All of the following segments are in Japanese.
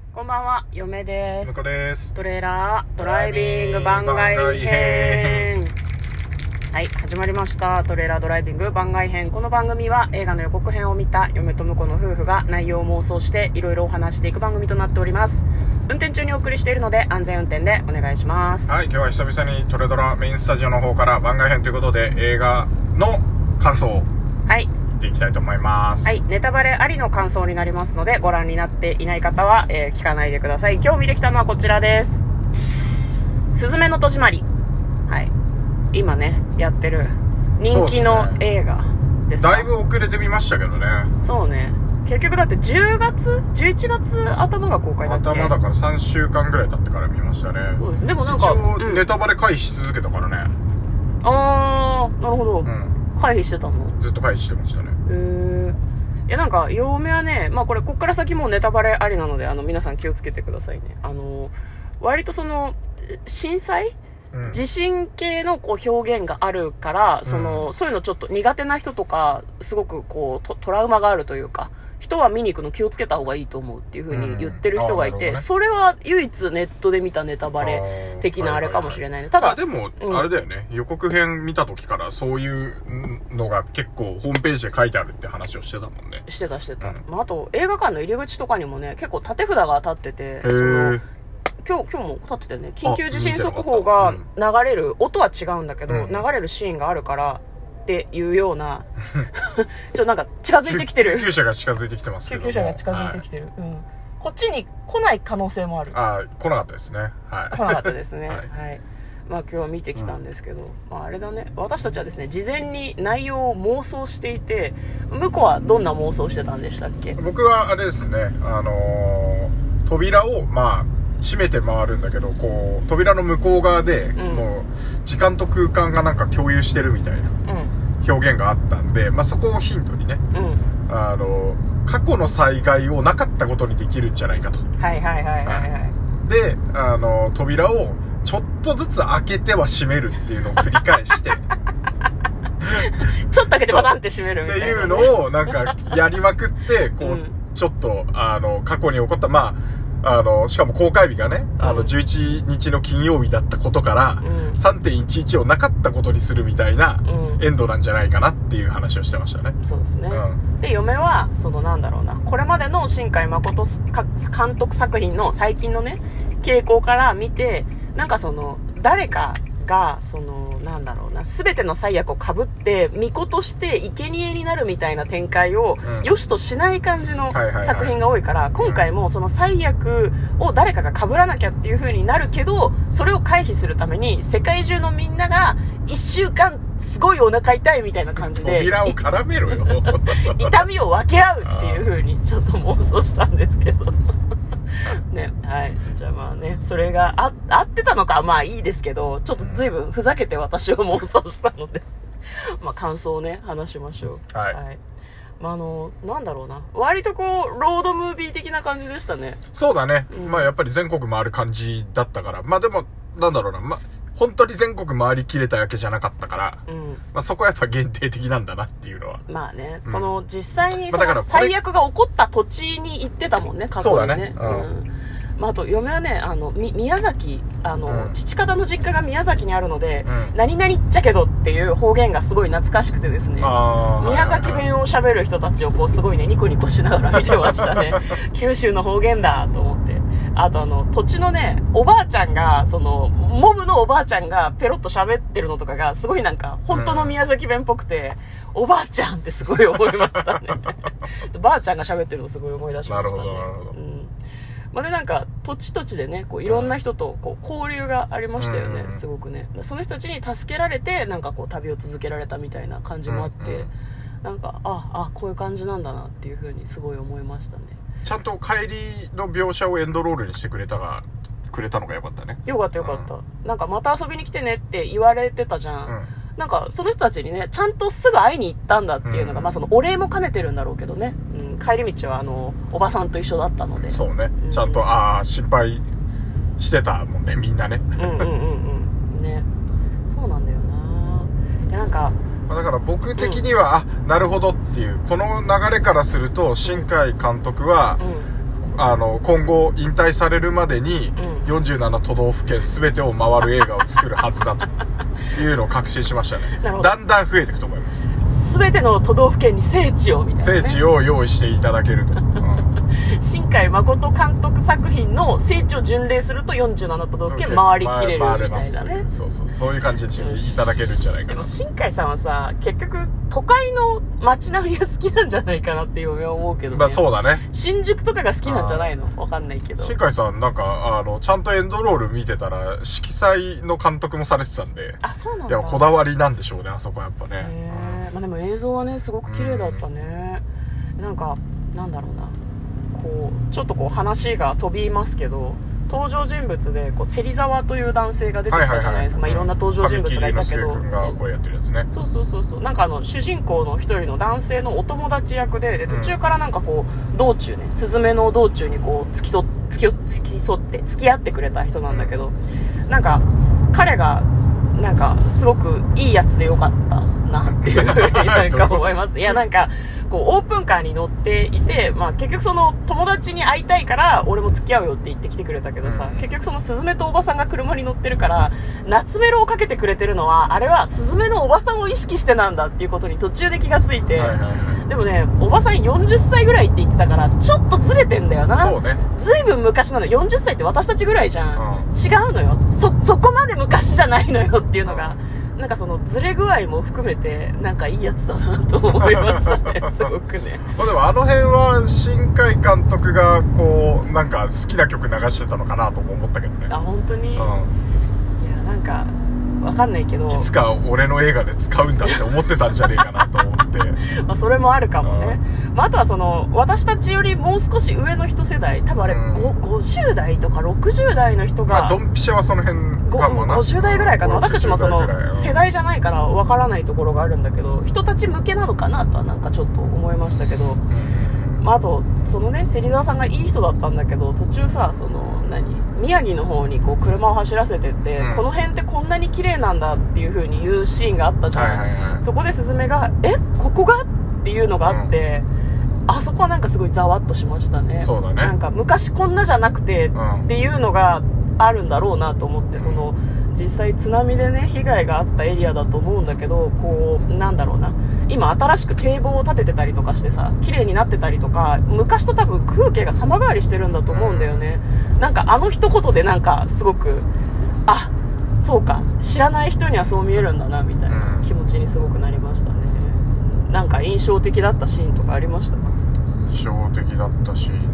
こんばんは、嫁です。 向こうです。 トレーラードライビング番外編。はい、始まりました。トレーラードライビング番外編。この番組は映画の予告編を見た嫁と婿の夫婦が内容を妄想していろいろお話していく番組となっております。運転中にお送りしているので安全運転でお願いします。 はい、今日は久々にトレドラメインスタジオの方から番外編ということで映画の感想を言っていきたいと思います。 はい、ネタバレありの感想になりますのでご覧になっていない方は、聞かないでください。今日見てきたのはこちらです。すずめの戸締まり。はい、今ねやってる人気の映画ですか。 だいぶ遅れてみましたけどね。 そうね、結局だって10月11月頭が公開だっけ。 頭だから3週間ぐらい経ってから見ましたね。 そうです。でもなんか一応ネタバレ回避し続けたからね。 あー、なるほど、回避してたの。 ずっと回避してましたね。 いやなんか嫁はね、まあこっから先もうネタバレありなので皆さん気をつけてくださいね。割とその震災、地震系の表現があるから、そういうのちょっと苦手な人とかすごくトラウマがあるというか、人は見に行くの気をつけた方がいいと思うっていう風に言ってる人がいて、それは唯一ネットで見たネタバレ的なあれかもしれないね。ただでも、あれだよね、予告編見た時からそういうのが結構ホームページで書いてあるって話をしてたもんね。 してた、あと映画館の入り口とかにもね結構縦札が立ってて、今日も立っててね、緊急地震速報が流れる、音は違うんだけど、流れるシーンがあるからっていうようななんか近づいてきてる救急車が近づいてきてますけども、 救急車が近づいてきてる、こっちに来ない可能性もある。 来なかったですね。 来なかったですね。はい、まあ今日は見てきたんですけど、あれだね、私たちはですね事前に内容を妄想していて、向こうはどんな妄想してたんでしたっけ。 僕はあれですね、扉を閉めて回るんだけど、扉の向こう側で、もう時間と空間がなんか共有してるみたいな表現があったんで、そこをヒントにね、過去の災害をなかったことにできるんじゃないかと。で、扉をちょっとずつ開けては閉めるっていうのを繰り返してちょっと開けてバタンって閉めるみたいな、 っていうのをなんかやりまくってちょっと過去に起こったしかも公開日がね、11日の金曜日だったことから、3.11 をなかったことにするみたいな、エンドなんじゃないかなっていう話をしてましたね。 そうですね。で、嫁は、なんだろうな、これまでの新海誠監督作品の最近のね、傾向から見て、なんか誰かが、なんだろうな、すべての災悪を被って、巫女として生贄になるみたいな展開を、良しとしない感じの作品が多いから、今回もその災悪を誰かが被らなきゃっていう風になるけど、それを回避するために、世界中のみんなが、1週間、すごいお腹痛いみたいな感じで、 扉を絡めろよ痛みを分け合うっていう風に、ちょっと妄想したんですけど。ね、はい。じゃあそれが合ってたのかいいですけど、ちょっと随分ふざけて私を妄想したので感想をね話しましょう。はい。なんだろうな、割とロードムービー的な感じでしたね。 そうだね。やっぱり全国回る感じだったから、でもなんだろうな、本当に全国回りきれたわけじゃなかったから、そこはやっぱ限定的なんだなっていうのは。 実際に最悪が起こった土地に行ってたもんね、過去にね。そうだね。あと嫁はね、宮崎、父方の実家が宮崎にあるので、何々っちゃけどっていう方言がすごい懐かしくてですね、宮崎弁を喋る人たちをすごいねニコニコしながら見てましたね九州の方言だと思って。あと土地のね、おばあちゃんが、モブのおばあちゃんがペロッと喋ってるのとかが、すごいなんか、本当の宮崎弁っぽくて、おばあちゃんってすごい思いましたね。ばあちゃんが喋ってるのすごい思い出しましたね。なるほど。で、なんか、土地土地でね、いろんな人と、交流がありましたよね、すごくね。その人たちに助けられて、なんか旅を続けられたみたいな感じもあって、なんか、こういう感じなんだなっていうふうにすごい思いましたね。 ちゃんと帰りの描写をエンドロールにしてくれたのがよかったね。 よかった。なんかまた遊びに来てねって言われてたじゃん。なんかその人たちにね、ちゃんとすぐ会いに行ったんだっていうのが、お礼も兼ねてるんだろうけどね。帰り道はおばさんと一緒だったので。そうね。 ちゃんと心配してたもんね、みんなね。 ね。そうなんだよな。なんか。 だから僕的には、なるほどっていう、この流れからすると新海監督は、 今後引退されるまでに47都道府県全てを回る映画を作るはずだというのを確信しましたね。だんだん増えていくと思います。 全ての都道府県に聖地をみたいな、ね、 聖地を用意していただけると、 新海誠監督作品の聖地を巡礼すると47都道府県回りきれるみたいなね。 そういう感じでいただけるんじゃないかな。 でも新海さんはさ、結局都会の街並みが好きなんじゃないかなっていう思うけどね。 そうだね。 新宿とかが好きなんじゃないの？わかんないけど。 新海さんなんかちゃんとエンドロール見てたら色彩の監督もされてたんで。 あ、そうなんだ。 いや、こだわりなんでしょうね、あそこはやっぱね。 でも映像はねすごく綺麗だったね。なんかなんだろうな、こうちょっとこう話が飛びますけど、登場人物でこう芹沢という男性が出てきたじゃないですか。いろんな登場人物がいたけど、そうなんか主人公の一人の男性のお友達役で、途中からなんかこう道中ね、スズメの道中にこう付き合ってくれた人なんだけど、なんか彼がなんかすごくいいやつでよかったなっていうふうになんか思います。いや、なんかこうオープンカーに乗っていて、結局その友達に会いたいから俺も付き合うよって言ってきてくれたけどさ、結局そのスズメとおばさんが車に乗ってるから夏メロをかけてくれてるのは、あれはスズメのおばさんを意識してなんだっていうことに途中で気がついて、でもね、おばさん40歳ぐらいって言ってたからちょっとずれてんだよな。そうね。ずいぶん昔なの。40歳って私たちぐらいじゃん。違うのよ。そこまで昔じゃないのよっていうのが、なんかそのズレ具合も含めてなんかいいやつだなと思いましたね。すごくね。 でも辺は新海監督がこうなんか好きな曲流してたのかなとも思ったけどね。 あ、本当に、いや、なんかわかんないけど、 いつか俺の映画で使うんだって思ってたんじゃねえかなと思ってそれもあるかもね。あとはその私たちよりもう少し上の人世代、多分あれ、50代とか60代の人が、 ドンピシャはその辺かもな。 50代ぐらいかな。私たちもその世代じゃないからわからないところがあるんだけど、人たち向けなのかなとはなんかちょっと思いましたけど、あとそのね、芹沢さんがいい人だったんだけど、途中さ、その宮城の方にこう車を走らせてって、この辺ってこんなに綺麗なんだっていう風に言うシーンがあったじゃん。そこでスズメがここがっていうのがあって、あそこはなんかすごいざわっとしましたね。 そうだね。 なんか昔こんなじゃなくてっていうのがあるんだろうなと思って、その実際津波でね被害があったエリアだと思うんだけど、こうなんだろうな、今新しく堤防を建ててたりとかしてさ、綺麗になってたりとか、昔と多分風景が様変わりしてるんだと思うんだよね。なんか一言でなんかすごく、あ、そうか、知らない人にはそう見えるんだなみたいな気持ちにすごくなりましたね。なんか印象的だったシーンとかありましたか？ 印象的だったシーンね、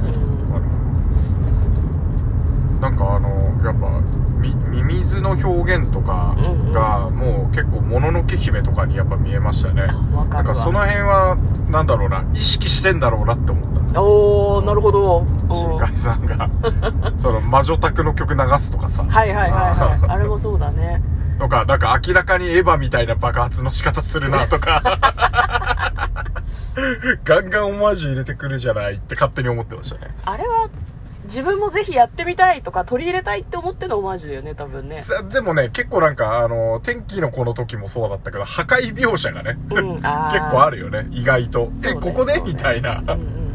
なんかやっぱミミズの表現とかがもう結構もののけ姫とかにやっぱ見えましたね。なんかその辺はなんだろうな、意識してんだろうなって思った。 おー、なるほど。 新海さんがその魔女宅の曲流すとかさ、 あれもそうだね。 とか、なんか明らかにエヴァみたいな爆発の仕方するなとかガンガンオマージュ入れてくるじゃないって勝手に思ってましたね。 あれは自分もぜひやってみたいとか取り入れたいって思ってのオマージュだよね、多分ね。 でもね、結構なんか天気の子の時もそうだったけど、破壊描写がね、結構あるよね、意外と。ここで、みたいな。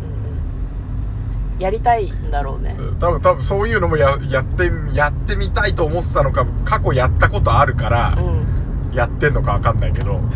やりたいんだろうね。 多分そういうのもやってみたいと思ってたのか、過去やったことあるから、やってんのかわかんないけど。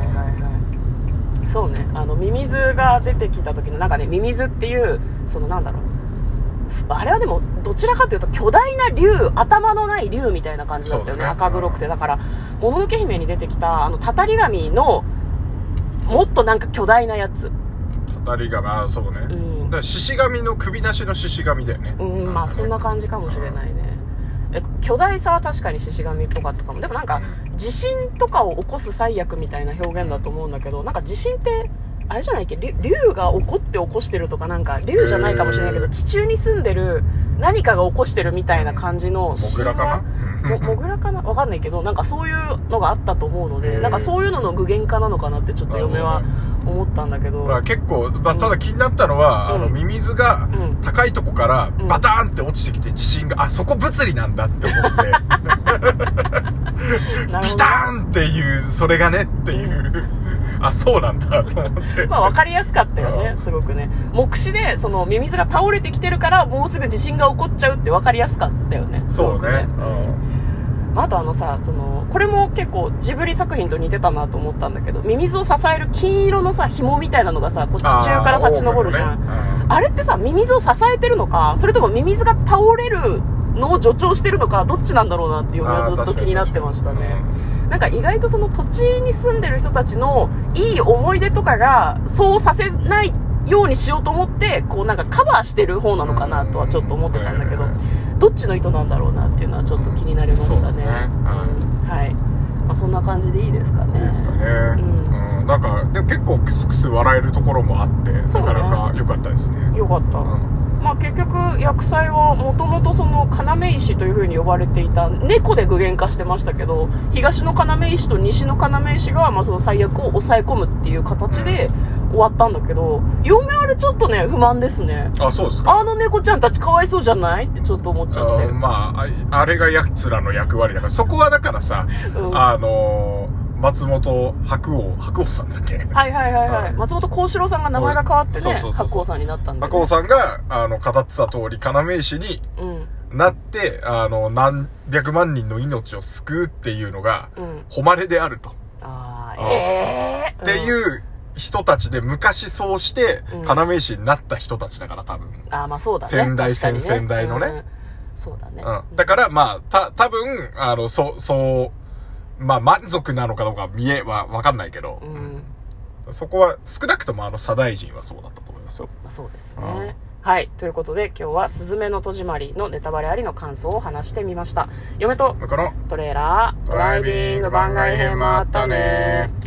そうね、ミミズが出てきた時のなんかね、ミミズっていうそのなんだろう、あれはでもどちらかというと巨大な竜、頭のない竜みたいな感じだったよね。赤黒くて、だからもののけ姫に出てきたたたり神のもっとなんか巨大なやつ。 たたり神、そうね、だから獅子神の首なしの獅子神だよね。 まあそんな感じかもしれないね。巨大さは確かに獅子神っぽかったかも。でもなんか地震とかを起こす災厄みたいな表現だと思うんだけど、なんか地震ってあれじゃないっけ、竜が起こしてるとか、なんか竜じゃないかもしれないけど、地中に住んでる何かが起こしてるみたいな感じのモグラかなモグラかな、わかんないけど、なんかそういうのがあったと思うので、なんかそういうのの具現化なのかなってちょっと嫁は思ったんだけど、 結構、ただ気になったのは、ミミズが高いとこからバターンって落ちてきて地震が、あ、そこ物理なんだって思ってピターンっていう、それがねっていう、 あ、そうなんだと思ってまあ分かりやすかったよね、すごくね。目視でそのミミズが倒れてきてるからもうすぐ地震が起こっちゃうって分かりやすかったよね、すごくね。まあ、あとさ、これも結構ジブリ作品と似てたなと思ったんだけど、ミミズを支える金色のさ、紐みたいなのがさ、こう地中から立ち上るじゃん。あれってさ、ミミズを支えてるのか、それともミミズが倒れるのを助長してるのか、どっちなんだろうなっていうのがずっと気になってましたね。なんか意外とその土地に住んでる人たちのいい思い出とかがそうさせないようにしようと思って、こうなんかカバーしてる方なのかなとはちょっと思ってたんだけど、どっちの意図なんだろうなっていうのはちょっと気になりましたね。はい。まあそんな感じでいいですかね。 いいですかね。なんか、でも結構クスクス笑えるところもあって、なかなか良かったですね。 良かった。まあ結局、薬剤はもともとその要石という風に呼ばれていた猫で具現化してましたけど、東の要石と西の要石がまあその最悪を抑え込むっていう形で終わったんだけど、嫁あれちょっとね、不満ですね。 あ、そうですか。 あの猫ちゃんたちかわいそうじゃないってちょっと思っちゃって。 まあ、あれが奴らの役割だから、そこはだからさ、松本白鸚さんだっけ。 はい。松本幸四郎さんが名前が変わってね、白鸚さんになったんで、ね。 白鸚さんが、語ってた通り、要石になって、何百万人の命を救うっていうのが、誉れであると。っていう人たちで、昔そうして、要石になった人たちだから、多分。 まあそうだね。 先代先々代のね。 そうだね。 だから、まあ、多分、まあ、満足なのかどうかわかんないけど、そこは、少なくとも左大臣はそうだったと思いますよ。 そうですね。はい。ということで、今日は、すずめの戸締まりのネタバレありの感想を話してみました。嫁と、トレーラー、ドライビング番外編もあったね。